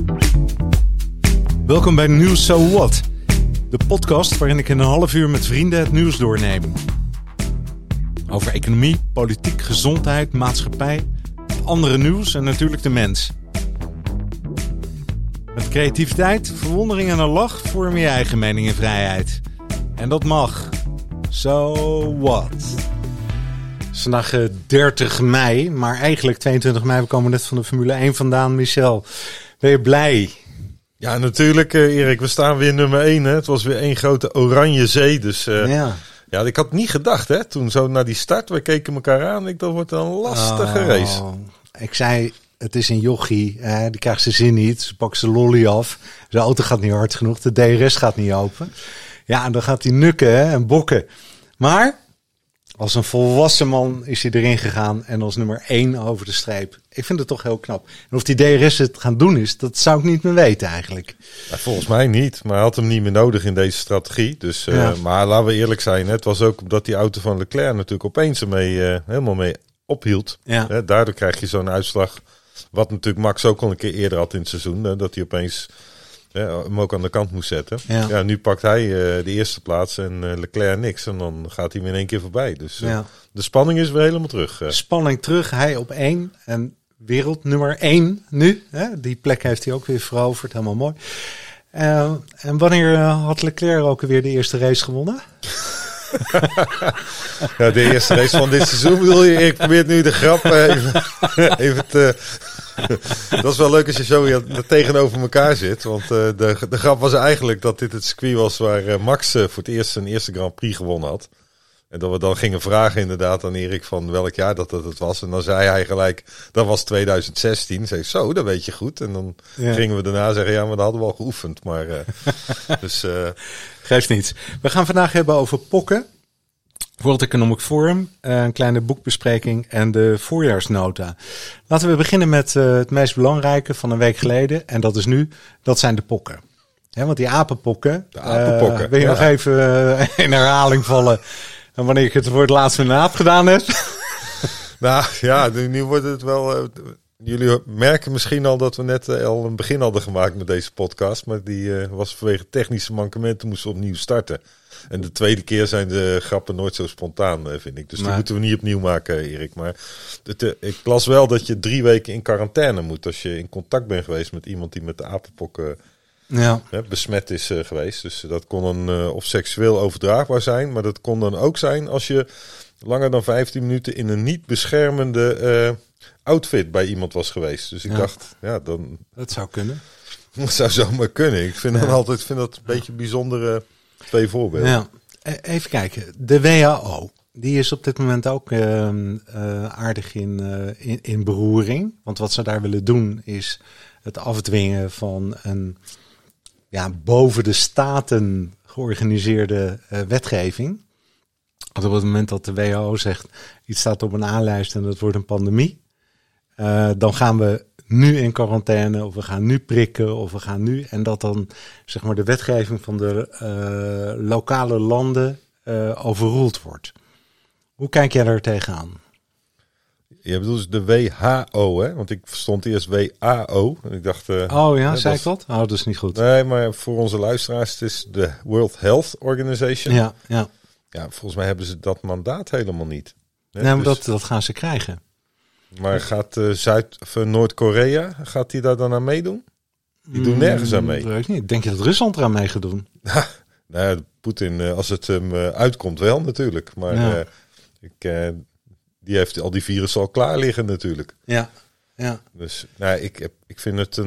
Welkom bij Nieuws So What, de podcast waarin ik in een half uur met vrienden het nieuws doorneem. Over economie, politiek, gezondheid, maatschappij, andere nieuws en natuurlijk de mens. Met creativiteit, verwondering en een lach vorm je eigen mening en vrijheid. En dat mag. So what? Het is vandaag 30 mei, maar eigenlijk 22 mei. We komen net van de Formule 1 vandaan. Michel, ben je blij? Ja, natuurlijk Erik. We staan weer nummer 1. Hè? Het was weer één grote oranje zee. Dus ja, ik had niet gedacht hè. Toen zo naar die start, we keken elkaar aan. Dat wordt een lastige race. Ik zei, het is een jochie. Die krijgt zijn zin niet. Ze pakt zijn lolly af. De auto gaat niet hard genoeg. De DRS gaat niet open. Ja, en dan gaat hij nukken en bokken. Maar als een volwassen man is hij erin gegaan en als nummer 1 over de streep. Ik vind het toch heel knap. En of die DRS het gaan doen is, dat zou ik niet meer weten eigenlijk. Ja, volgens mij niet, maar hij had hem niet meer nodig in deze strategie. Dus, maar laten we eerlijk zijn, het was ook omdat die auto van Leclerc natuurlijk opeens ermee helemaal mee ophield. Ja. Daardoor krijg je zo'n uitslag, wat natuurlijk Max ook al een keer eerder had in het seizoen, dat hij opeens hem ook aan de kant moest zetten. Ja, nu pakt hij de eerste plaats en Leclerc niks. En dan gaat hij hem in één keer voorbij. Dus de spanning is weer helemaal terug. Spanning terug, hij op 1 en wereld nummer 1 nu. Die plek heeft hij ook weer veroverd, helemaal mooi. En wanneer had Leclerc ook weer de eerste race gewonnen? Ja, de eerste race van dit seizoen bedoel je? Ik probeer nu de grap even te... Dat is wel leuk als je zo tegenover elkaar zit. Want de grap was eigenlijk dat dit het circuit was waar Max voor het eerst zijn eerste Grand Prix gewonnen had. En dat we dan gingen vragen inderdaad aan Erik van welk jaar dat het was. En dan zei hij gelijk, dat was 2016. Zei zo, dat weet je goed. En dan gingen we daarna zeggen, ja, maar dat hadden we al geoefend. Maar geeft niets. We gaan vandaag hebben over pokken. World Economic Forum, een kleine boekbespreking en de voorjaarsnota. Laten we beginnen met het meest belangrijke van een week geleden. En dat is nu, dat zijn de pokken. Want die apenpokken, wil je nog even in herhaling vallen en wanneer ik het voor het laatst met een aap gedaan heb? Nou ja, nu wordt het wel... Jullie merken misschien al dat we net al een begin hadden gemaakt met deze podcast. Maar die was vanwege technische mankementen moesten we opnieuw starten. En de tweede keer zijn de grappen nooit zo spontaan, vind ik. Dus die moeten we niet opnieuw maken, Erik. Maar ik las wel dat je 3 weken in quarantaine moet als je in contact bent geweest met iemand die met de apenpokken besmet is geweest. Dus dat kon dan of seksueel overdraagbaar zijn. Maar dat kon dan ook zijn als je langer dan 15 minuten in een niet beschermende outfit bij iemand was geweest. Dus ik dacht, dan... Dat zou kunnen. Dat zou zomaar kunnen. Ik vind dat een beetje bijzondere 2 voorbeelden. Ja. Even kijken. De WHO, die is op dit moment ook aardig in beroering. Want wat ze daar willen doen is het afdwingen van een boven de staten georganiseerde wetgeving. Want op het moment dat de WHO zegt, iets staat op een A-lijst en dat wordt een pandemie, dan gaan we nu in quarantaine, of we gaan nu prikken, of we gaan nu... En dat dan, zeg maar, de wetgeving van de lokale landen overroeld wordt. Hoe kijk jij daar tegenaan? Je bedoelt dus de WHO, hè? Want ik verstond eerst WAO. En ik dacht... zei ik dat? Oh, dat is niet goed. Nee, maar voor onze luisteraars, het is de World Health Organization. Ja, volgens mij hebben ze dat mandaat helemaal niet. Nee, maar dat gaan ze krijgen. Maar gaat Noord-Korea, gaat die daar dan aan meedoen? Die doen nergens aan mee. Dat weet ik niet. Denk je dat Rusland eraan mee gaat doen? Nou, Poetin, als het hem uitkomt wel natuurlijk. Maar die heeft al die virussen al klaar liggen natuurlijk. Ja. Dus ik vind het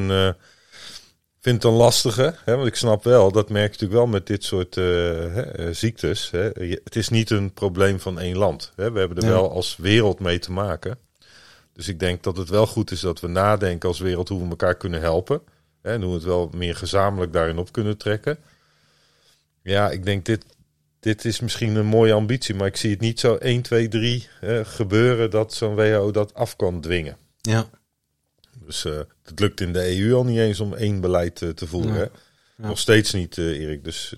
een lastige. Want ik snap wel, dat merk je natuurlijk wel met dit soort ziektes. Het is niet een probleem van één land. We hebben er wel als wereld mee te maken. Dus ik denk dat het wel goed is dat we nadenken als wereld hoe we elkaar kunnen helpen. En hoe we het wel meer gezamenlijk daarin op kunnen trekken. Ja, ik denk dit is misschien een mooie ambitie. Maar ik zie het niet zo 1, 2, 3 gebeuren dat zo'n WHO dat af kan dwingen. Ja. Dus het lukt in de EU al niet eens om 1 beleid te voeren. Ja. Ja. Nog steeds niet, Erik. Dus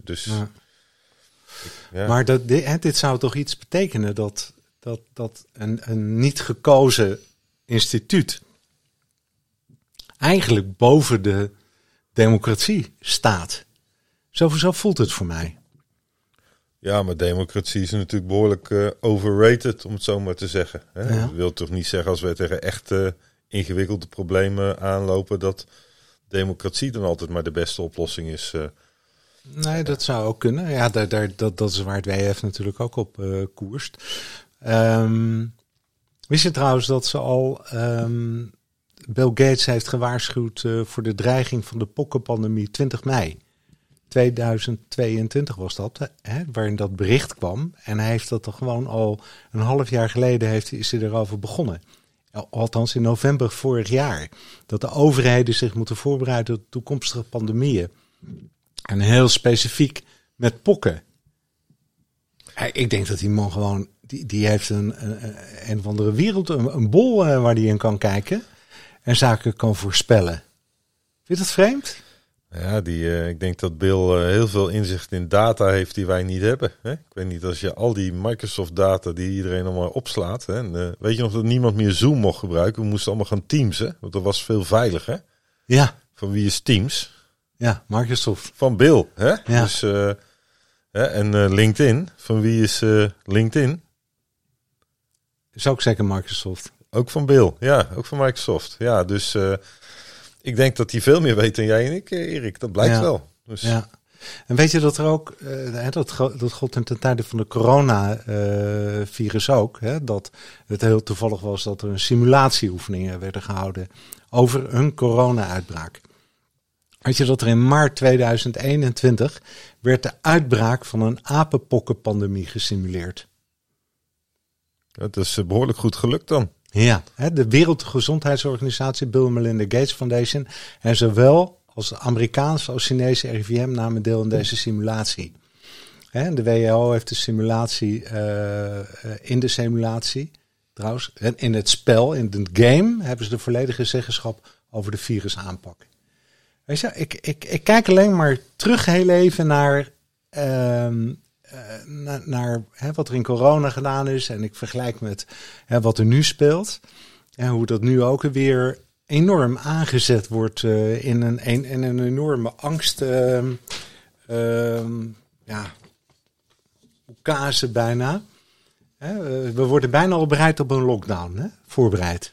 ja. Maar dit zou toch iets betekenen dat een niet gekozen instituut eigenlijk boven de democratie staat. Zo voelt het voor mij. Ja, maar democratie is natuurlijk behoorlijk overrated, om het zo maar te zeggen. Hè? Ja. Dat wil toch niet zeggen als wij tegen echt ingewikkelde problemen aanlopen, dat democratie dan altijd maar de beste oplossing is. Nee, dat zou ook kunnen. Ja, dat is waar het WEF natuurlijk ook op koerst. Wist je trouwens dat ze al... Bill Gates heeft gewaarschuwd voor de dreiging van de pokkenpandemie 20 mei. 2022 was dat, waarin dat bericht kwam. En hij heeft dat toch gewoon al een half jaar geleden is hij erover begonnen. Althans in november vorig jaar. Dat de overheden zich moeten voorbereiden op toekomstige pandemieën. En heel specifiek met pokken. Ik denk dat die man gewoon... Die heeft een of andere wereld, een bol waar hij in kan kijken. En zaken kan voorspellen. Vind je dat vreemd? Ja, ik denk dat Bill heel veel inzicht in data heeft die wij niet hebben. Hè? Ik weet niet, als je al die Microsoft data die iedereen allemaal opslaat. Hè? En, weet je nog dat niemand meer Zoom mocht gebruiken? We moesten allemaal gaan Teamsen, want dat was veel veiliger. Ja. Van wie is Teams? Ja, Microsoft. Van Bill. Hè? Ja. Dus, en LinkedIn. Van wie is LinkedIn? Is ook zeker Microsoft. Ook van Bill. Ja, ook van Microsoft. Ja, dus... ik denk dat hij veel meer weet dan jij en ik, Erik. Dat blijkt wel. Dus. Ja. En weet je dat er ook, dat gold ten tijde van de coronavirus ook, dat het heel toevallig was dat er een simulatieoefeningen werden gehouden over een corona-uitbraak. Weet je dat er in maart 2021 werd de uitbraak van een apenpokkenpandemie gesimuleerd? Dat is behoorlijk goed gelukt dan. Ja, de Wereldgezondheidsorganisatie, Bill en Melinda Gates Foundation en zowel als de Amerikaanse als Chinese RIVM namen deel in deze simulatie. De WHO heeft de simulatie in de simulatie, trouwens, in het spel, in het game, hebben ze de volledige zeggenschap over de virusaanpak. Weet je, ik kijk alleen maar terug heel even naar wat er in corona gedaan is. En ik vergelijk met wat er nu speelt. En hoe dat nu ook weer enorm aangezet wordt in een enorme angst. Oekase bijna. We worden bijna al bereid op een lockdown. Voorbereid.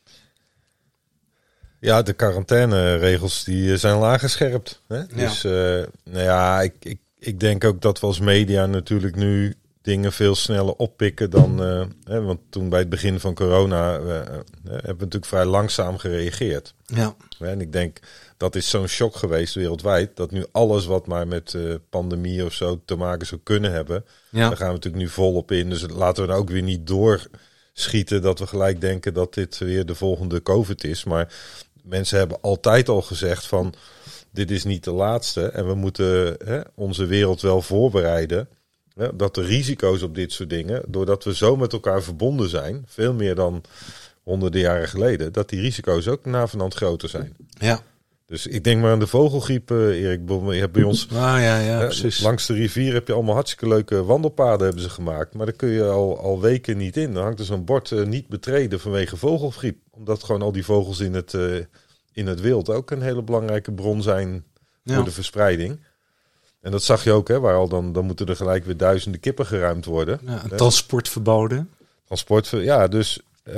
Ja, de quarantaineregels die zijn al aangescherpt. Hè? Ja. Dus ik denk ook dat we als media natuurlijk nu dingen veel sneller oppikken dan... want toen bij het begin van corona hebben we natuurlijk vrij langzaam gereageerd. Ja. En ik denk, dat is zo'n shock geweest wereldwijd, dat nu alles wat maar met pandemie of zo te maken zou kunnen hebben, daar gaan we natuurlijk nu volop in. Dus laten we er ook weer niet doorschieten dat we gelijk denken dat dit weer de volgende COVID is. Maar mensen hebben altijd al gezegd van, dit is niet de laatste en we moeten onze wereld wel voorbereiden. Dat de risico's op dit soort dingen, doordat we zo met elkaar verbonden zijn, veel meer dan honderden jaren geleden, dat die risico's ook navenant groter zijn. Ja. Dus ik denk maar aan de vogelgriep, Erik. Je hebt bij ons precies. Langs de rivier heb je allemaal hartstikke leuke wandelpaden hebben ze gemaakt. Maar daar kun je al weken niet in. Dan hangt er zo'n bord niet betreden vanwege vogelgriep. Omdat gewoon al die vogels in het wild ook een hele belangrijke bron zijn voor de verspreiding. En dat zag je ook, waar al dan moeten er gelijk weer duizenden kippen geruimd worden. Ja, transport verboden. Dus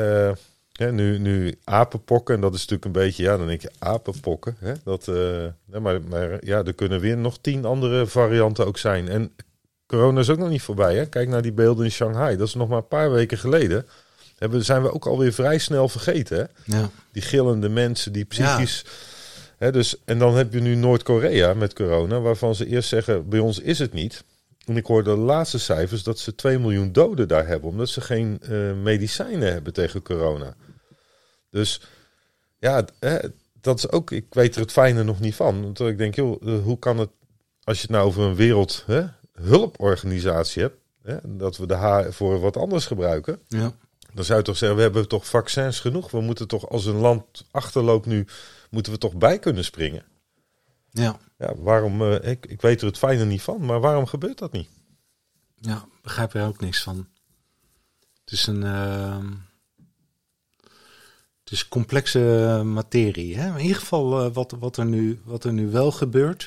nu apenpokken, en dat is natuurlijk een beetje, dan denk je apenpokken. Maar er kunnen weer nog 10 andere varianten ook zijn. En corona is ook nog niet voorbij. Hè? Kijk naar die beelden in Shanghai. Dat is nog maar een paar weken geleden. Zijn we ook alweer vrij snel vergeten. Hè? Ja. Die gillende mensen, die psychisch... Ja. En dan heb je nu Noord-Korea met corona, waarvan ze eerst zeggen, bij ons is het niet. En ik hoorde de laatste cijfers dat ze 2 miljoen doden daar hebben, omdat ze geen medicijnen hebben tegen corona. Dus dat is ook, ik weet er het fijne nog niet van. Want ik denk, hoe kan het, als je het nou over een wereldhulporganisatie hebt, dat we de H voor wat anders gebruiken. Ja. Dan zou je toch zeggen, we hebben toch vaccins genoeg. We moeten toch, als een land achterloopt nu, moeten we toch bij kunnen springen. Ja. Ja, waarom? Ik weet er het fijne niet van, maar waarom gebeurt dat niet? Ja, begrijp er ook niks van. Het is complexe materie. Hè? In ieder geval wat er nu wel gebeurt,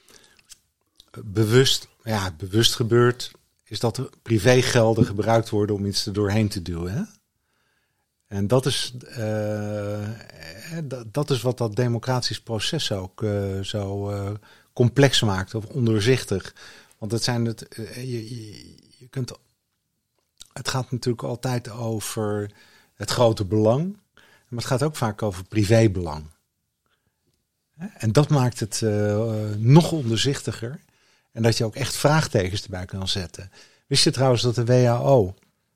bewust gebeurt, is dat er privégelden gebruikt worden om iets er doorheen te duwen. Hè? En dat is wat dat democratisch proces ook zo complex maakt of ondoorzichtig. Want het gaat natuurlijk altijd over het grote belang, maar het gaat ook vaak over privébelang. En dat maakt het nog ondoorzichtiger en dat je ook echt vraagtekens erbij kan zetten. Wist je trouwens dat de WHO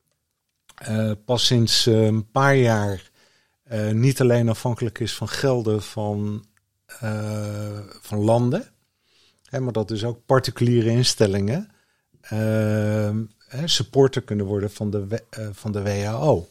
pas sinds een paar jaar niet alleen afhankelijk is van gelden van landen, maar dat dus ook particuliere instellingen supporter kunnen worden van de WHO.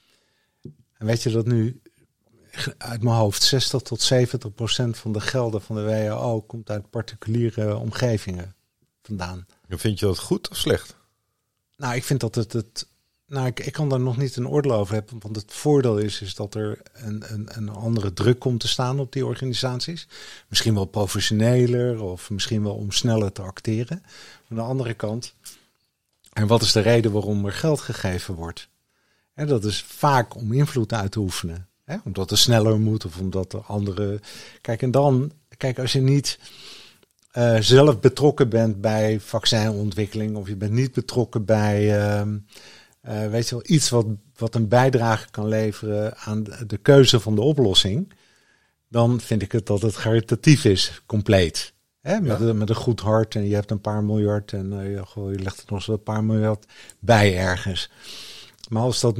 En weet je dat nu uit mijn hoofd 60 tot 70% van de gelden van de WHO komt uit particuliere omgevingen vandaan. Vind je dat goed of slecht? Nou, ik vind dat ik kan daar nog niet een oordeel over hebben. Want het voordeel is dat er een andere druk komt te staan op die organisaties. Misschien wel professioneler of misschien wel om sneller te acteren. Aan de andere kant, en wat is de reden waarom er geld gegeven wordt? Dat is vaak om invloed uit te oefenen. Omdat het sneller moet of omdat er andere... Kijk, als je niet zelf betrokken bent bij vaccinontwikkeling of je bent niet betrokken bij... weet je wel, iets wat een bijdrage kan leveren aan de keuze van de oplossing, dan vind ik het dat het caritatief is, compleet. Met een goed hart en je hebt een paar miljard en je legt er nog eens een paar miljard bij ergens. Maar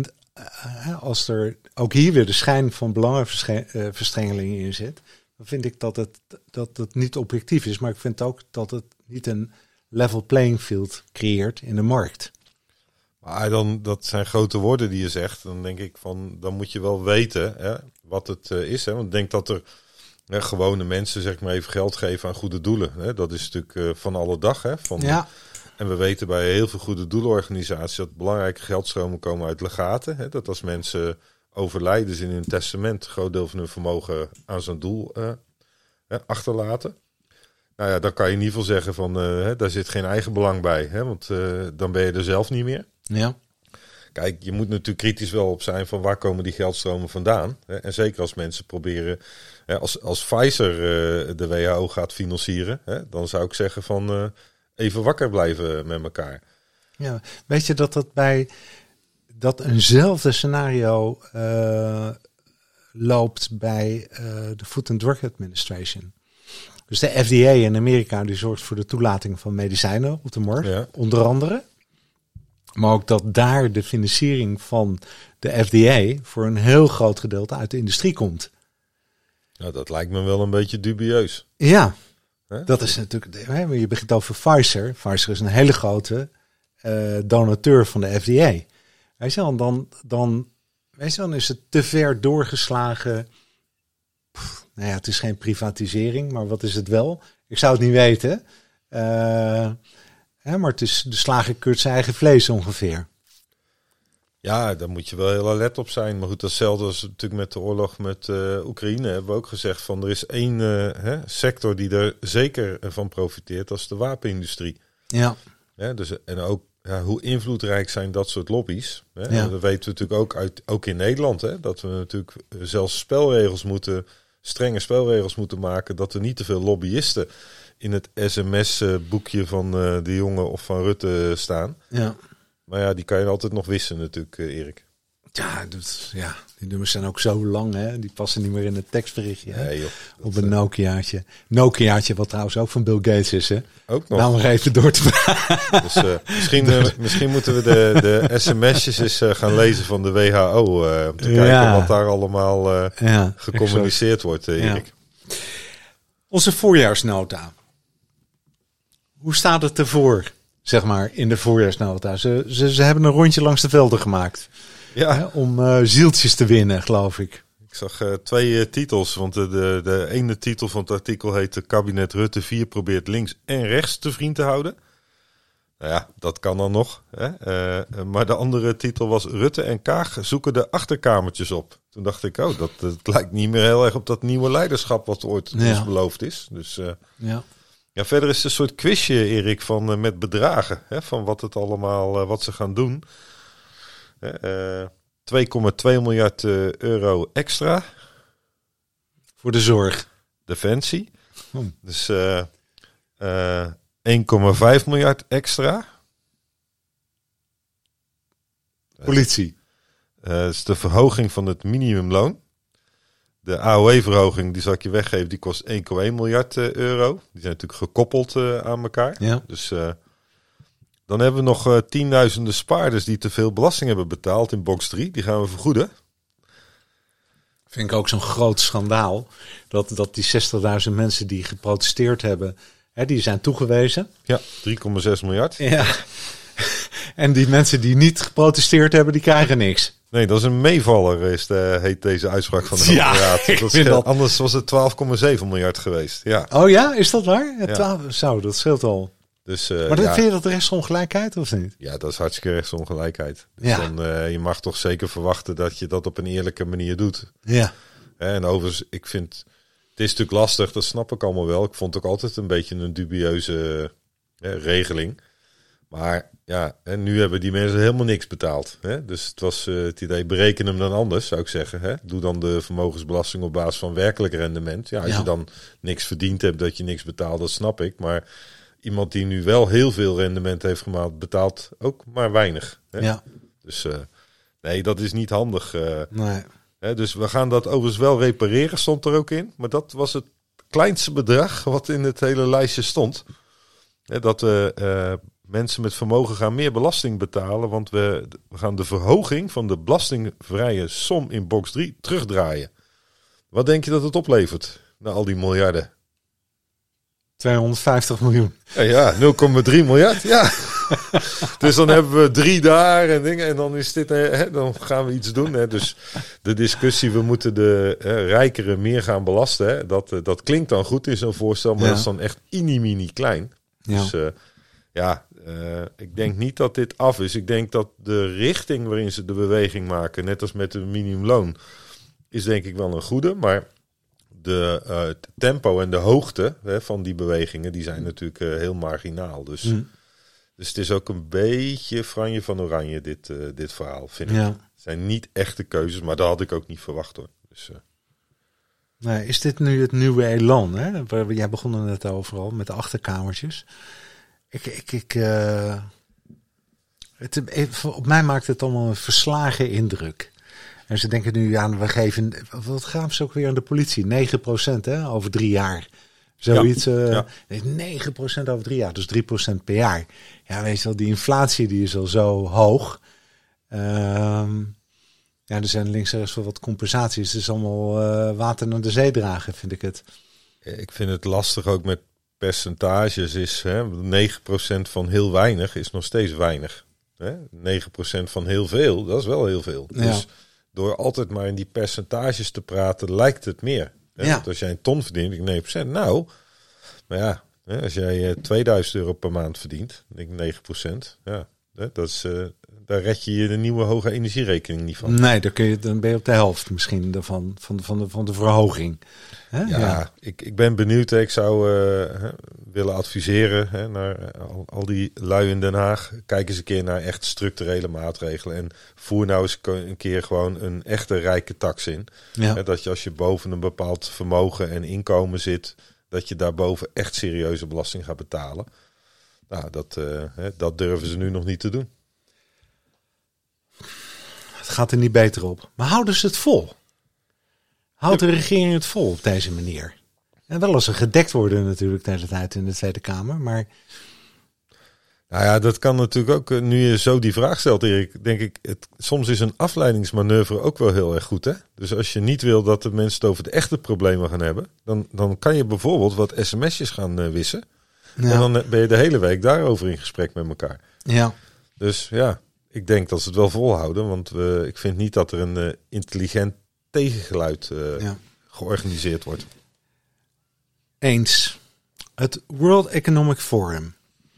als er ook hier weer de schijn van belangenverstrengeling in zit, dan vind ik dat het niet objectief is, maar ik vind ook dat het niet een level playing field creëert in de markt. Maar dat zijn grote woorden die je zegt. Dan denk ik dan moet je wel weten wat het is. Want ik denk dat er gewone mensen zeg maar even geld geven aan goede doelen. Dat is natuurlijk van alle dag. En we weten bij heel veel goede doelenorganisaties dat belangrijke geldstromen komen uit legaten. Dat als mensen overlijden in hun testament een groot deel van hun vermogen aan zo'n doel achterlaten. Nou ja, dan kan je in ieder geval zeggen van daar zit geen eigen belang bij. Want dan ben je er zelf niet meer. Ja. Kijk, je moet natuurlijk kritisch wel op zijn van waar komen die geldstromen vandaan. En zeker als mensen proberen, als Pfizer de WHO gaat financieren, dan zou ik zeggen van even wakker blijven met elkaar. Ja, weet je dat eenzelfde scenario loopt bij de Food and Drug Administration. Dus de FDA in Amerika die zorgt voor de toelating van medicijnen op de markt, onder andere. Maar ook dat daar de financiering van de FDA voor een heel groot gedeelte uit de industrie komt. Nou, dat lijkt me wel een beetje dubieus. Ja, dat is natuurlijk... Je begint over Pfizer. Pfizer is een hele grote donateur van de FDA. Weet je wel, dan is het te ver doorgeslagen. Nou ja, het is geen privatisering, maar wat is het wel? Ik zou het niet weten. Maar het is de slager keurt zijn eigen vlees ongeveer. Ja, daar moet je wel heel alert op zijn. Maar goed, datzelfde als natuurlijk met de oorlog met Oekraïne hebben we ook gezegd van er is één sector die er zeker van profiteert, dat is de wapenindustrie. Ja. Dus, en ook hoe invloedrijk zijn dat soort lobby's. Dat weten we natuurlijk ook in Nederland. Dat we natuurlijk zelfs strenge spelregels moeten maken, dat er niet te veel lobbyisten in het sms-boekje van de jongen of van Rutte staan. Ja. Maar ja, die kan je altijd nog wissen natuurlijk, Erik. Ja, die nummers zijn ook zo lang, hè. Die passen niet meer in het tekstberichtje. Nee, joh, op een Nokiaatje. Nokiaatje, wat trouwens ook van Bill Gates is, hè. Ook nog. Nou, nog even door te praten. Dus misschien moeten we de sms'jes eens gaan lezen van de WHO. Om te kijken wat daar allemaal gecommuniceerd wordt, Erik. Ja. Onze voorjaarsnota. Hoe staat het ervoor, zeg maar, in de voorjaarsnota? Ze hebben een rondje langs de velden gemaakt. Ja. Om zieltjes te winnen, geloof ik. Ik zag 2 titels, want de ene titel van het artikel heet: Kabinet Rutte 4 probeert links en rechts te vriend te houden. Nou ja, dat kan dan nog. Hè? Maar de andere titel was Rutte en Kaag zoeken de achterkamertjes op. Toen dacht ik, dat lijkt niet meer heel erg op dat nieuwe leiderschap wat ooit ons beloofd is. Dus verder is het een soort quizje, Erik, van met bedragen. Hè? Van wat het allemaal, wat ze gaan doen. 2,2 miljard euro extra. Voor de zorg. Defensie. Dus 1,5 miljard extra. Politie. Dat is de verhoging van het minimumloon. De AOW-verhoging, die zal ik je weggeven, die kost 1,1 miljard euro. Die zijn natuurlijk gekoppeld aan elkaar. Ja. Dus dan hebben we nog tienduizenden spaarders die te veel belasting hebben betaald in box 3. Die gaan we vergoeden. Vind ik ook zo'n groot schandaal. Dat die 60.000 mensen die geprotesteerd hebben, die zijn toegewezen. Ja, 3,6 miljard. Ja. En die mensen die niet geprotesteerd hebben, die krijgen niks. Nee, dat is een meevaller, heet deze uitspraak van de Hoge Raad. Anders was het 12,7 miljard geweest. Ja. Oh ja, is dat waar? Ja, 12, zo, dat scheelt al. Dus, maar vind je dat rechtsongelijkheid of niet? Ja, dat is hartstikke rechtsongelijkheid. Dus je mag toch zeker verwachten dat je dat op een eerlijke manier doet. Ja. En overigens, ik vind... Het is natuurlijk lastig, dat snap ik allemaal wel. Ik vond het ook altijd een beetje een dubieuze regeling. Maar ja, en nu hebben die mensen helemaal niks betaald. Hè? Dus het was het idee, bereken hem dan anders, zou ik zeggen. Hè? Doe dan de vermogensbelasting op basis van werkelijk rendement. Ja, als je dan niks verdiend hebt, dat je niks betaalt, dat snap ik. Maar iemand die nu wel heel veel rendement heeft gemaakt, betaalt ook maar weinig. Hè? Ja. Dus nee, dat is niet handig. Nee. Hè? Dus we gaan dat overigens wel repareren, stond er ook in. Maar dat was het kleinste bedrag wat in het hele lijstje stond. Hè, dat mensen met vermogen gaan meer belasting betalen, want we gaan de verhoging van de belastingvrije som in box 3 terugdraaien. Wat denk je dat het oplevert na al die miljarden? 250 miljoen. Ja, 0,3 miljard. Ja. Dus dan hebben we 3 daar en dingen. En dan is dit, dan gaan we iets doen. Hè. Dus de discussie, we moeten de rijkeren meer gaan belasten. Hè. Dat klinkt dan goed in zo'n voorstel, maar dat is dan echt mini klein. Dus ik denk niet dat dit af is. Ik denk dat de richting waarin ze de beweging maken, net als met de minimumloon, is denk ik wel een goede. Maar de tempo en de hoogte van die bewegingen, die zijn natuurlijk heel marginaal. Dus het is ook een beetje franje van oranje, dit verhaal, vind ik. Het zijn niet echte keuzes, maar dat had ik ook niet verwacht, hoor. Dus, nee, is dit nu het nieuwe elan? Hè? Jij begon er net overal met de achterkamertjes. Op mij maakt het allemaal een verslagen indruk. En ze denken nu, we geven... Wat gaan ze ook weer aan de politie? 9% over 3 jaar. Zoiets. 9% over 3 jaar, dus 3% per jaar. Ja, weet je wel, die inflatie die is al zo hoog. Er zijn links en rechts wel wat compensaties. Het is allemaal water naar de zee dragen, vind ik het. Ik vind het lastig ook met percentages. Is 9% van heel weinig is nog steeds weinig. 9% van heel veel, dat is wel heel veel. Ja. Dus door altijd maar in die percentages te praten, lijkt het meer. Want als jij een ton verdient, 9%. Nou, maar ja, als jij 2000 euro per maand verdient, denk ik 9%. Ja, dat is... Daar red je de nieuwe hoge energierekening niet van. Nee, dan ben je op de helft misschien van de verhoging. Hè? Ja, ik ben benieuwd. Ik zou willen adviseren naar al die lui in Den Haag. Kijk eens een keer naar echt structurele maatregelen. En voer nou eens een keer gewoon een echte rijke tax in. Ja. Dat je als je boven een bepaald vermogen en inkomen zit, dat je daarboven echt serieuze belasting gaat betalen. Nou, dat durven ze nu nog niet te doen. Het gaat er niet beter op. Maar houden ze het vol? Houdt de regering het vol op deze manier? En wel als ze gedekt worden natuurlijk de hele tijd in de Tweede Kamer. Maar... Nou ja, dat kan natuurlijk ook. Nu je zo die vraag stelt, Erik, denk ik, soms is een afleidingsmanoeuvre ook wel heel erg goed. Hè? Dus als je niet wil dat de mensen het over de echte problemen gaan hebben, dan kan je bijvoorbeeld wat sms'jes gaan wissen. Ja. En dan ben je de hele week daarover in gesprek met elkaar. Ja. Dus ja, ik denk dat ze het wel volhouden. Want ik vind niet dat er een intelligent tegengeluid georganiseerd wordt. Eens. Het World Economic Forum.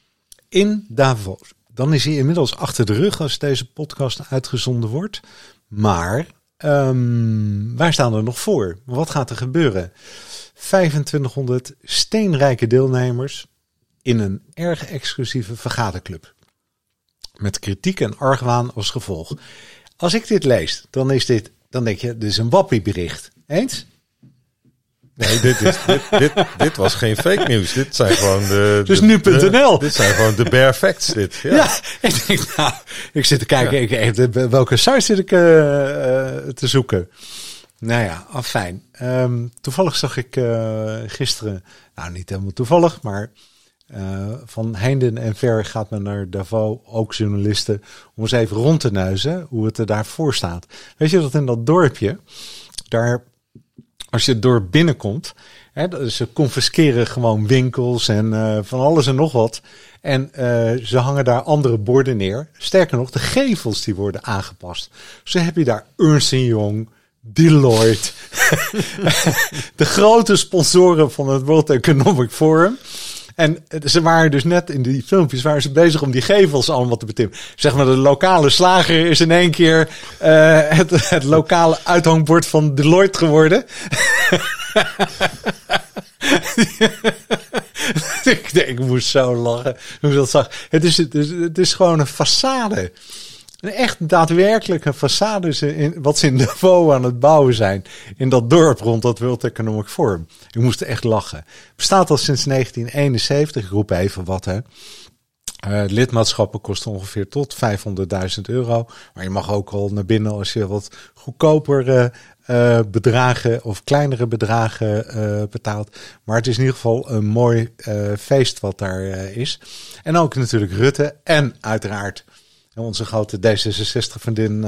in Davos. Dan is hij inmiddels achter de rug als deze podcast uitgezonden wordt. Maar waar staan er nog voor? Wat gaat er gebeuren? 2500 steenrijke deelnemers in een erg exclusieve vergaderclub. Met kritiek en argwaan als gevolg. Als ik dit lees, dan denk je, dit is een wappiebericht. Eens? Nee, dit was geen fake nieuws. Dit zijn gewoon dus nu.nl. Dit zijn gewoon de bare facts. Dit. Ja, ik denk, ik zit te kijken. Welke site zit ik te zoeken? Nou ja, fijn. Toevallig zag ik gisteren, nou niet helemaal toevallig, maar van heinden en ver gaat men naar Davos, ook journalisten, om eens even rond te neuzen hoe het er daarvoor staat. Weet je dat in dat dorpje, daar, als je het dorp binnenkomt, ze confisceren gewoon winkels en van alles en nog wat. En ze hangen daar andere borden neer. Sterker nog, de gevels die worden aangepast. Zo heb je daar Ernst & Young, Deloitte, de grote sponsoren van het World Economic Forum. En ze waren dus net in die filmpjes waren ze bezig om die gevels allemaal te betimmen. Zeg maar, de lokale slager is in één keer het lokale uithangbord van Deloitte geworden. Ik moest zo lachen hoe dat zag. Het is gewoon een façade. Een echt daadwerkelijke façade wat ze in Davos aan het bouwen zijn. In dat dorp rond dat World Economic Forum. Ik moest echt lachen. Het bestaat al sinds 1971. Ik roep even wat, hè. Lidmaatschappen kosten ongeveer tot €500.000. Maar je mag ook al naar binnen als je wat goedkoper bedragen of kleinere bedragen betaalt. Maar het is in ieder geval een mooi feest wat daar is. En ook natuurlijk Rutte en uiteraard onze grote D66-vriendin,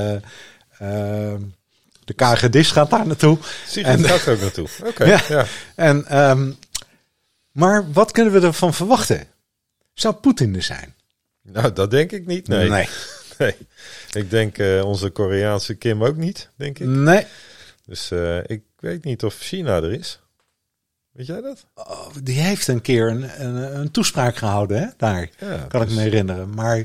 de KGDIS gaat daar naartoe. Sigrid gaat ook naartoe. Oké. Ja. En, maar wat kunnen we ervan verwachten? Zou Poetin er zijn? Nou, dat denk ik niet. Nee. Ik denk onze Koreaanse Kim ook niet, denk ik. Nee. Dus ik weet niet of China er is. Weet jij dat? Oh, die heeft een keer een toespraak gehouden, hè? Daar kan ik me herinneren. Maar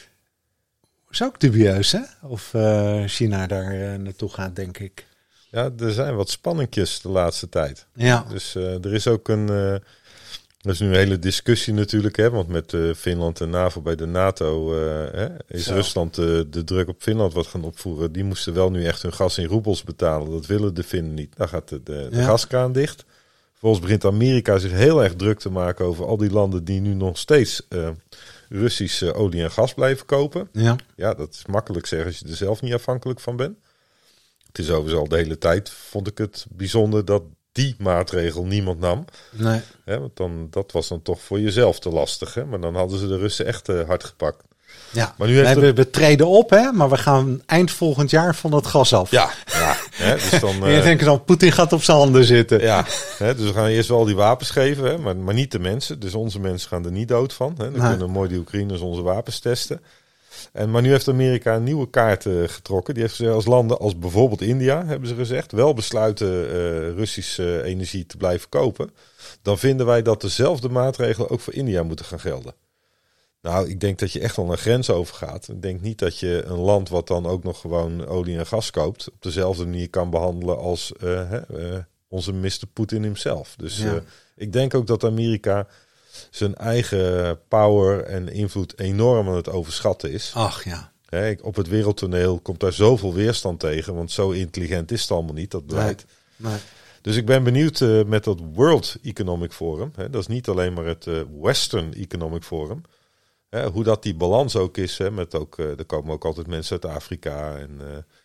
is ook dubieus, hè? Of China daar naartoe gaat, denk ik. Ja, er zijn wat spanningjes de laatste tijd. Ja. Dus er is ook er is nu een hele discussie natuurlijk, hè? Want met Finland en NAVO bij de NATO is Rusland de druk op Finland wat gaan opvoeren. Die moesten wel nu echt hun gas in roebels betalen. Dat willen de Finnen niet. Dan gaat de gaskraan dicht. Vervolgens begint Amerika zich heel erg druk te maken over al die landen die nu nog steeds Russische olie en gas blijven kopen. Ja, dat is makkelijk zeggen als je er zelf niet afhankelijk van bent. Het is overigens al de hele tijd, vond ik het bijzonder dat die maatregel niemand nam. Nee. Want dat was dan toch voor jezelf te lastig. Hè? Maar dan hadden ze de Russen echt hard gepakt. Ja, maar nu we treden op, hè, maar we gaan eind volgend jaar van dat gas af. Ja. Dus dan, je denkt dan, Poetin gaat op zijn handen zitten. Ja, dus we gaan eerst wel die wapens geven, hè, maar niet de mensen. Dus onze mensen gaan er niet dood van. Hè. Dan kunnen mooi die Oekraïners onze wapens testen. Maar nu heeft Amerika een nieuwe kaart getrokken. Die heeft gezegd, als landen als bijvoorbeeld India, hebben ze gezegd, wel besluiten Russische energie te blijven kopen. Dan vinden wij dat dezelfde maatregelen ook voor India moeten gaan gelden. Nou, ik denk dat je echt wel een grens overgaat. Ik denk niet dat je een land wat dan ook nog gewoon olie en gas koopt op dezelfde manier kan behandelen als onze Mr. Poetin himself. Dus ik denk ook dat Amerika zijn eigen power en invloed enorm aan het overschatten is. Ach ja. Op het wereldtoneel komt daar zoveel weerstand tegen, want zo intelligent is het allemaal niet, dat beleid. Nee. Dus ik ben benieuwd met dat World Economic Forum. Dat is niet alleen maar het Western Economic Forum. Hoe dat die balans ook is. Met ook, er komen ook altijd mensen uit Afrika en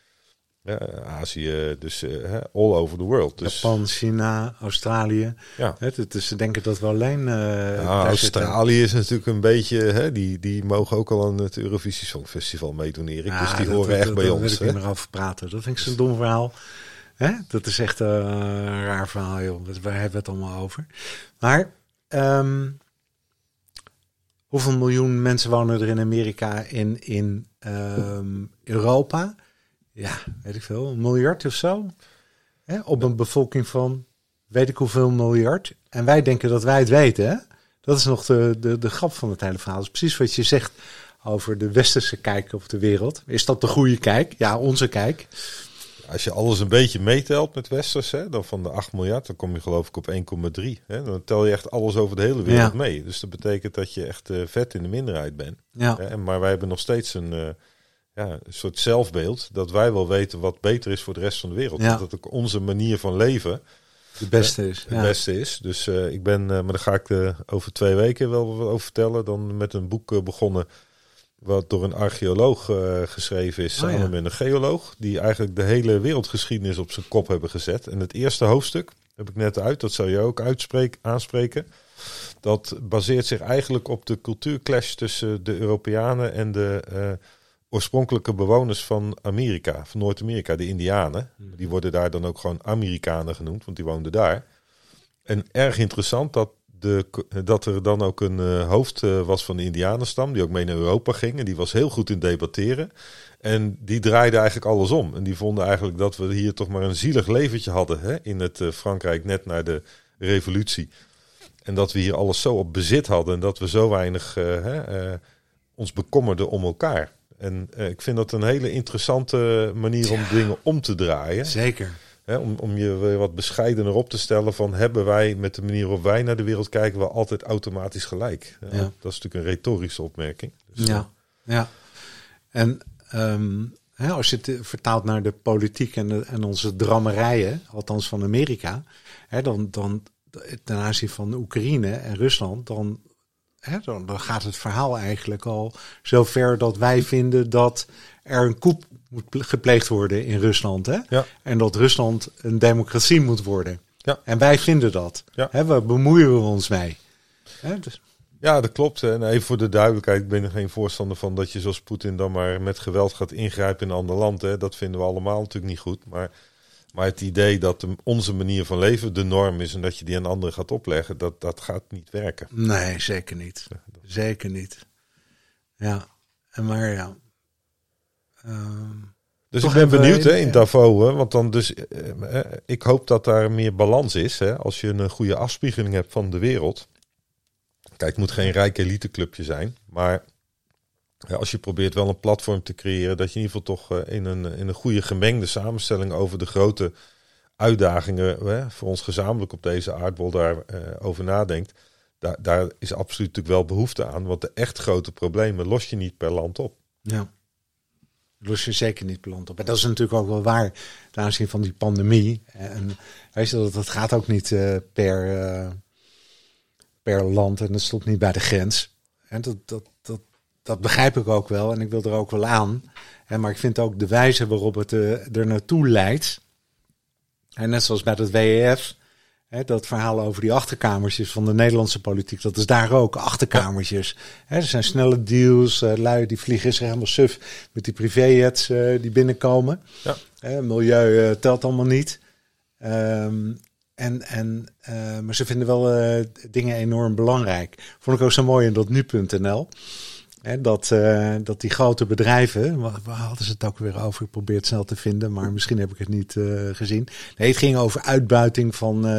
Azië. Dus all over the world. Dus, Japan, China, Australië. Ja. Ze denken dat we alleen... Australië is natuurlijk een beetje... Die mogen ook al aan het Eurovisie Songfestival meedoen, Erik. Dus die horen echt bij ons. Daar wil ik niet meer over praten. Dat vind ik zo'n dom verhaal. Dat is echt een raar verhaal, joh. Waar hebben we het allemaal over? Maar... hoeveel miljoen mensen wonen er in Amerika, in Europa? Ja, weet ik veel, 1 miljard of zo. Op een bevolking van weet ik hoeveel miljard. En wij denken dat wij het weten, hè? Dat is nog de grap van het hele verhaal. Dat is precies wat je zegt over de westerse kijk op de wereld. Is dat de goede kijk? Ja, onze kijk. Als je alles een beetje meetelt met westers, hè, dan van de 8 miljard, dan kom je geloof ik op 1,3. Hè, dan tel je echt alles over de hele wereld mee. Dus dat betekent dat je echt vet in de minderheid bent. Ja. Hè, maar wij hebben nog steeds een soort zelfbeeld dat wij wel weten wat beter is voor de rest van de wereld. Ja. Dat ook onze manier van leven het beste is. Het beste is. Dus ik ben, maar daar ga ik over 2 weken wel wat over vertellen. Dan met een boek begonnen wat door een archeoloog geschreven is, samen met een geoloog, die eigenlijk de hele wereldgeschiedenis op zijn kop hebben gezet. En het eerste hoofdstuk, heb ik net uit, dat zou je ook aanspreken. Dat baseert zich eigenlijk op de cultuurclash tussen de Europeanen en de oorspronkelijke bewoners van Amerika, van Noord-Amerika, de Indianen. Die worden daar dan ook gewoon Amerikanen genoemd, want die woonden daar. En erg interessant dat er dan ook een hoofd was van de Indianenstam, die ook mee naar Europa ging. En die was heel goed in debatteren. En die draaide eigenlijk alles om. En die vonden eigenlijk dat we hier toch maar een zielig leventje hadden, hè, in het Frankrijk net na de revolutie. En dat we hier alles zo op bezit hadden en dat we zo weinig ons bekommerden om elkaar. En ik vind dat een hele interessante manier om dingen om te draaien. Zeker. Om je weer wat bescheidener op te stellen van, hebben wij met de manier waarop wij naar de wereld kijken wel altijd automatisch gelijk? Ja. Dat is natuurlijk een retorische opmerking. Dus, ja. En als je het vertaalt naar de politiek en onze drammerijen, althans van Amerika, dan ten aanzien van Oekraïne en Rusland, dan gaat het verhaal eigenlijk al zo ver dat wij vinden dat er een coup moet gepleegd worden in Rusland. Hè? Ja. En dat Rusland een democratie moet worden. Ja. En wij vinden dat. Ja. Waar bemoeien we ons mee? Dus. Ja, dat klopt. En even voor de duidelijkheid, ik ben er geen voorstander van dat je zoals Poetin dan maar met geweld gaat ingrijpen in een ander land. Hè. Dat vinden we allemaal natuurlijk niet goed. Maar het idee dat onze manier van leven de norm is en dat je die aan anderen gaat opleggen, dat gaat niet werken. Nee, zeker niet. Zeker niet. Ja, maar ja. Dus ik ben benieuwd in Davos, want dan dus, ik hoop dat daar meer balans is. Hè, als je een goede afspiegeling hebt van de wereld. Kijk, het moet geen rijk eliteclubje zijn, maar als je probeert wel een platform te creëren, dat je in ieder geval toch in een goede gemengde samenstelling over de grote uitdagingen voor ons gezamenlijk op deze aardbol over nadenkt. Daar is absoluut natuurlijk wel behoefte aan, want de echt grote problemen los je niet per land op. Ja. Los je zeker niet per land op. En dat is natuurlijk ook wel waar ten aanzien van die pandemie. En weet je, dat gaat ook niet per land en dat stopt niet bij de grens. En dat begrijp ik ook wel en ik wil er ook wel aan. Maar ik vind ook de wijze waarop het er naartoe leidt. En net zoals bij het WEF, dat verhaal over die achterkamertjes van de Nederlandse politiek, dat is daar ook, achterkamertjes. Er zijn snelle deals, lui die vliegen zich helemaal suf met die privéjets die binnenkomen. Ja. Milieu telt allemaal niet. Maar ze vinden wel dingen enorm belangrijk. Vond ik ook zo mooi in dat nu.nl. Dat die grote bedrijven, waar hadden ze het ook weer over? Ik probeer het snel te vinden, maar misschien heb ik het niet gezien. Nee, het ging over uitbuiting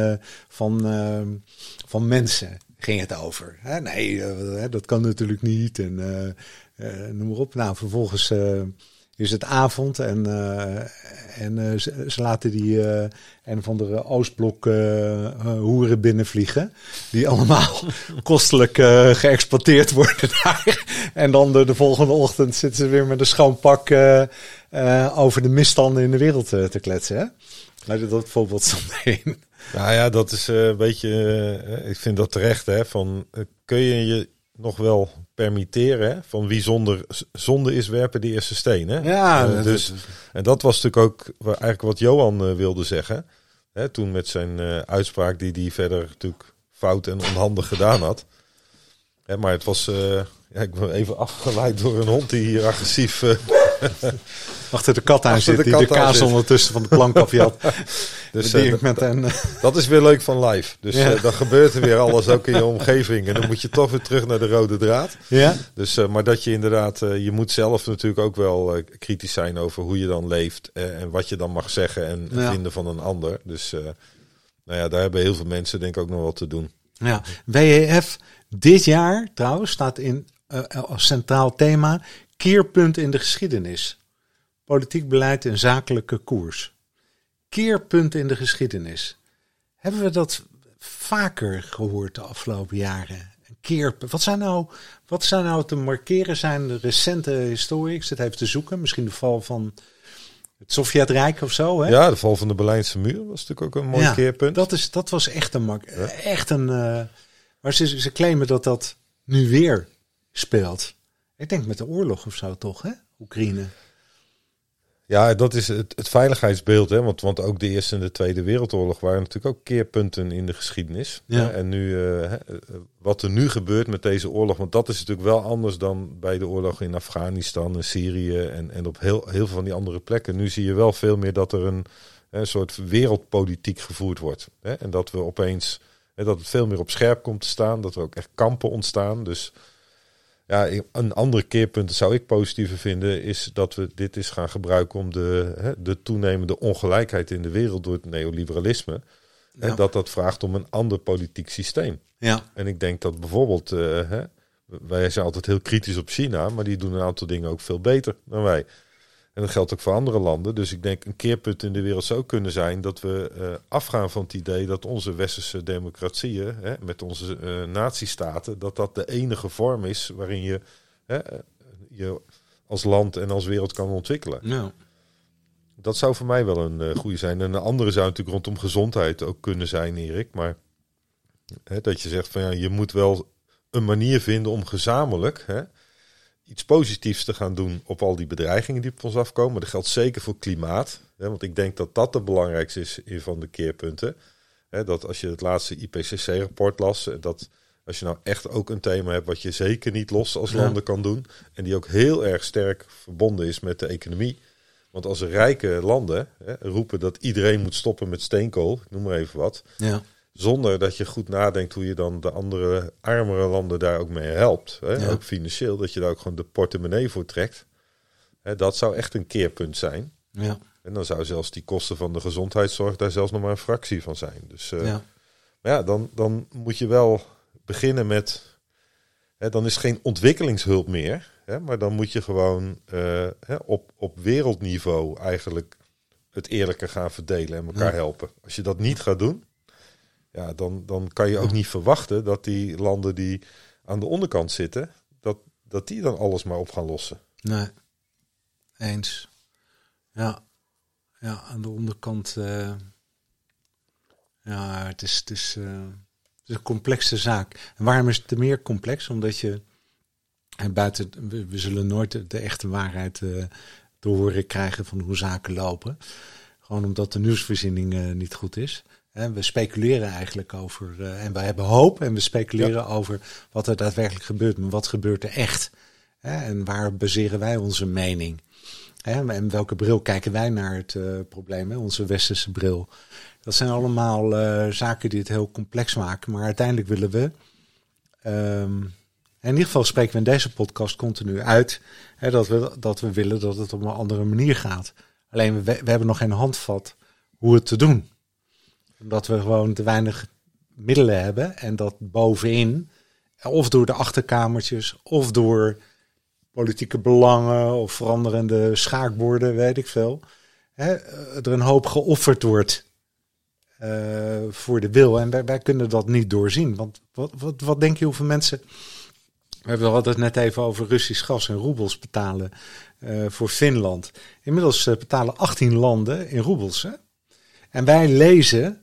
van mensen. Ging het over. Nee, dat kan natuurlijk niet. En noem maar op. Nou, vervolgens is het avond en ze laten die een van de Oostblok hoeren binnenvliegen. Die allemaal kostelijk geëxploiteerd worden daar. En dan de volgende ochtend zitten ze weer met een schoon pak over de misstanden in de wereld te kletsen. Hè? Dat voorbeeld stond erin. Nou ja, dat is een beetje, ik vind dat terecht. Hè, van, kun je nog wel permitteren, hè, van wie zonde is, werpen de eerste steen. Hè? Ja, en dat was natuurlijk ook eigenlijk wat Johan wilde zeggen. Hè, toen met zijn uitspraak die hij verder natuurlijk fout en onhandig gedaan had. Hè, maar het was, ik ben even afgeleid door een hond die hier agressief achter de kat aan zit, die de kaas ondertussen van de plank afjat. Dus dat is weer leuk van live. Dus dan gebeurt er weer alles ook in je omgeving. En dan moet je toch weer terug naar de rode draad. Ja. Dus, maar dat je inderdaad, je moet zelf natuurlijk ook wel kritisch zijn over hoe je dan leeft. En wat je dan mag zeggen en vinden van een ander. Dus daar hebben heel veel mensen denk ik ook nog wat te doen. Ja, WEF dit jaar trouwens staat in als centraal thema keerpunt in de geschiedenis. Politiek beleid en zakelijke koers. Keerpunt in de geschiedenis. Hebben we dat vaker gehoord de afgelopen jaren? Een keerpunt. Wat zou nou te markeren zijn de recente historie? Ik zit even te zoeken. Misschien de val van het Sovjetrijk of zo. Hè? Ja, de val van de Berlijnse muur was natuurlijk ook een mooi keerpunt. Dat was echt maar ze claimen dat nu weer speelt. Ik denk met de oorlog of zo toch, hè? Oekraïne. Ja, dat is het veiligheidsbeeld, hè? Want ook de Eerste en de Tweede Wereldoorlog waren natuurlijk ook keerpunten in de geschiedenis. Ja. En nu, wat er nu gebeurt met deze oorlog, want dat is natuurlijk wel anders dan bij de oorlog in Afghanistan en Syrië en op heel veel van die andere plekken. Nu zie je wel veel meer dat er een soort wereldpolitiek gevoerd wordt. Hè? En dat we opeens, dat het veel meer op scherp komt te staan, dat er ook echt kampen ontstaan. Dus ja, een andere keerpunt zou ik positiever vinden, is dat we dit eens gaan gebruiken om de toenemende ongelijkheid in de wereld door het neoliberalisme. Ja. Dat vraagt om een ander politiek systeem. Ja. En ik denk dat bijvoorbeeld, wij zijn altijd heel kritisch op China, maar die doen een aantal dingen ook veel beter dan wij. En dat geldt ook voor andere landen. Dus ik denk een keerpunt in de wereld zou kunnen zijn dat we afgaan van het idee dat onze westerse democratieën, met onze natiestaten, dat de enige vorm is waarin je als land en als wereld kan ontwikkelen. Ja. Dat zou voor mij wel een goede zijn. En een andere zou natuurlijk rondom gezondheid ook kunnen zijn, Erik. Maar dat je zegt van ja, je moet wel een manier vinden om gezamenlijk iets positiefs te gaan doen op al die bedreigingen die op ons afkomen. Dat geldt zeker voor klimaat. Want ik denk dat dat de belangrijkste is van de keerpunten. Dat als je het laatste IPCC-rapport las, dat als je nou echt ook een thema hebt wat je zeker niet los als landen kan doen, en die ook heel erg sterk verbonden is met de economie. Want als rijke landen roepen dat iedereen moet stoppen met steenkool, ik noem maar even wat, zonder dat je goed nadenkt hoe je dan de andere armere landen daar ook mee helpt. Ook financieel, dat je daar ook gewoon de portemonnee voor trekt. Dat zou echt een keerpunt zijn. Ja. En dan zou zelfs die kosten van de gezondheidszorg daar zelfs nog maar een fractie van zijn. Dus maar ja, dan moet je wel beginnen met, dan is geen ontwikkelingshulp meer. Maar dan moet je gewoon op wereldniveau eigenlijk het eerlijker gaan verdelen en elkaar helpen. Als je dat niet gaat doen, ja, dan kan je ook niet verwachten dat die landen die aan de onderkant zitten, dat die dan alles maar op gaan lossen. Nee, eens. Ja, aan de onderkant. Het is een complexe zaak. En waarom is het te meer complex? Omdat je buiten, we zullen nooit de echte waarheid te horen krijgen van hoe zaken lopen. Gewoon omdat de nieuwsvoorziening niet goed is. We speculeren eigenlijk over, en we hebben hoop en we speculeren over wat er daadwerkelijk gebeurt. Maar wat gebeurt er echt? En waar baseren wij onze mening? En welke bril kijken wij naar het probleem? Onze westerse bril. Dat zijn allemaal zaken die het heel complex maken. Maar uiteindelijk willen we, in ieder geval spreken we in deze podcast continu uit, dat we willen dat het op een andere manier gaat. Alleen we hebben nog geen handvat hoe het te doen. Omdat we gewoon te weinig middelen hebben. En dat bovenin, of door de achterkamertjes, of door politieke belangen, of veranderende schaakborden, weet ik veel. Er een hoop geofferd wordt voor de wil. En wij kunnen dat niet doorzien. Want wat denk je hoeveel mensen, we hadden het net even over Russisch gas en roebels betalen voor Finland. Inmiddels betalen 18 landen in roebels. Hè? En wij lezen,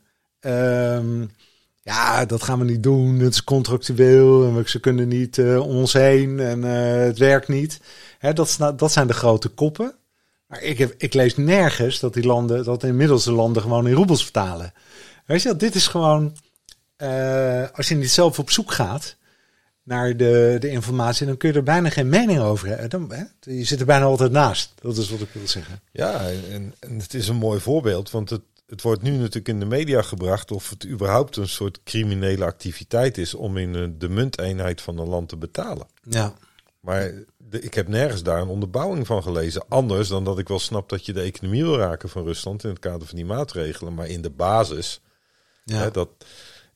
dat gaan we niet doen, het is contractueel en ze kunnen niet om ons heen en het werkt niet. Dat zijn de grote koppen. Maar ik lees nergens dat die landen, dat inmiddels de landen gewoon in roebels betalen. Weet je, dit is gewoon, als je niet zelf op zoek gaat naar de informatie, dan kun je er bijna geen mening over hebben. Je zit er bijna altijd naast. Dat is wat ik wil zeggen. Ja, en het is een mooi voorbeeld, want het wordt nu natuurlijk in de media gebracht of het überhaupt een soort criminele activiteit is om in de munteenheid van een land te betalen. Ja. Maar ik heb nergens daar een onderbouwing van gelezen. Anders dan dat ik wel snap dat je de economie wil raken van Rusland in het kader van die maatregelen. Maar in de basis,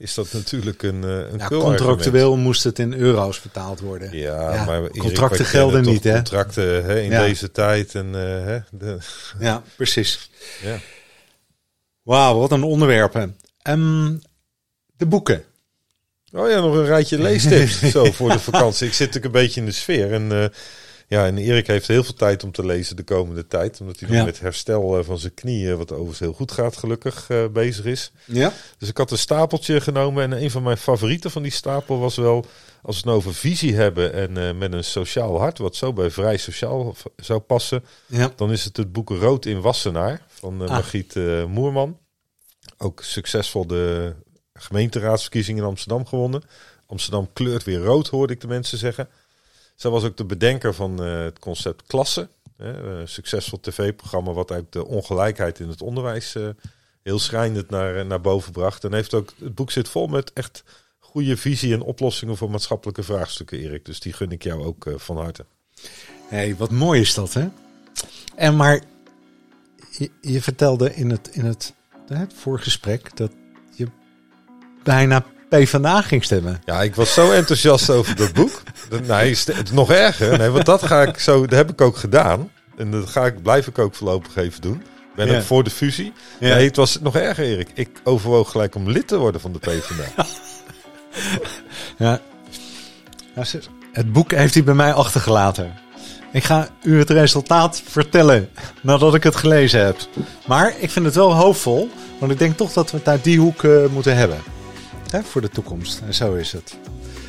is dat natuurlijk een contractueel moest het in euro's betaald worden. Ja, maar contracten gelden niet, hè? Contracten in deze tijd. Ja, precies. Ja. Wauw, wat een onderwerpen. De boeken. Oh ja, nog een rijtje leestips zo voor de vakantie. Ik zit natuurlijk een beetje in de sfeer. En Erik heeft heel veel tijd om te lezen de komende tijd. Omdat hij nog met herstel van zijn knieën, wat overigens heel goed gaat gelukkig, bezig is. Ja. Dus ik had een stapeltje genomen. En een van mijn favorieten van die stapel was wel, als we het nou over visie hebben en met een sociaal hart, wat zo bij Vrij Sociaal zou passen. Ja. Dan is het boek Rood in Wassenaar van Margriet Moerman. Ook succesvol de gemeenteraadsverkiezingen in Amsterdam gewonnen. Amsterdam kleurt weer rood, hoorde ik de mensen zeggen. Zij was ook de bedenker van het concept klasse. Een succesvol tv-programma wat uit de ongelijkheid in het onderwijs heel schrijnend naar boven bracht. En heeft ook, het boek zit vol met echt goede visie en oplossingen voor maatschappelijke vraagstukken, Erik. Dus die gun ik jou ook van harte. Hey, wat mooi is dat, hè? En maar je vertelde in het voorgesprek dat je bijna PvdA ging stemmen. Ja, ik was zo enthousiast over dat boek. Nee, het is nog erger. Nee, want dat heb ik ook gedaan. En dat blijf ik ook voorlopig even doen. Ik ben ook voor de fusie. Ja. Nee, het was nog erger, Erik. Ik overwoog gelijk om lid te worden van de PvdA. Ja. Het boek heeft hij bij mij achtergelaten. Ik ga u het resultaat vertellen nadat ik het gelezen heb. Maar ik vind het wel hoopvol. Want ik denk toch dat we het uit die hoek moeten hebben. Voor de toekomst. En zo is het.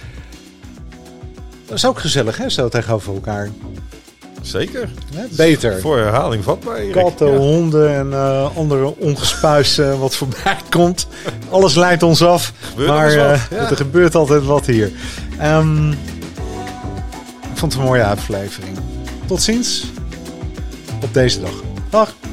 Dat is ook gezellig, hè? Zo tegenover elkaar. Zeker. Beter. Voor herhaling vatbaar, Erik. Katten, honden en andere ongespuis wat voorbij komt. Alles leidt ons af. Er gebeurt altijd wat hier. Ik vond het een mooie aflevering. Tot ziens op deze dag. Dag.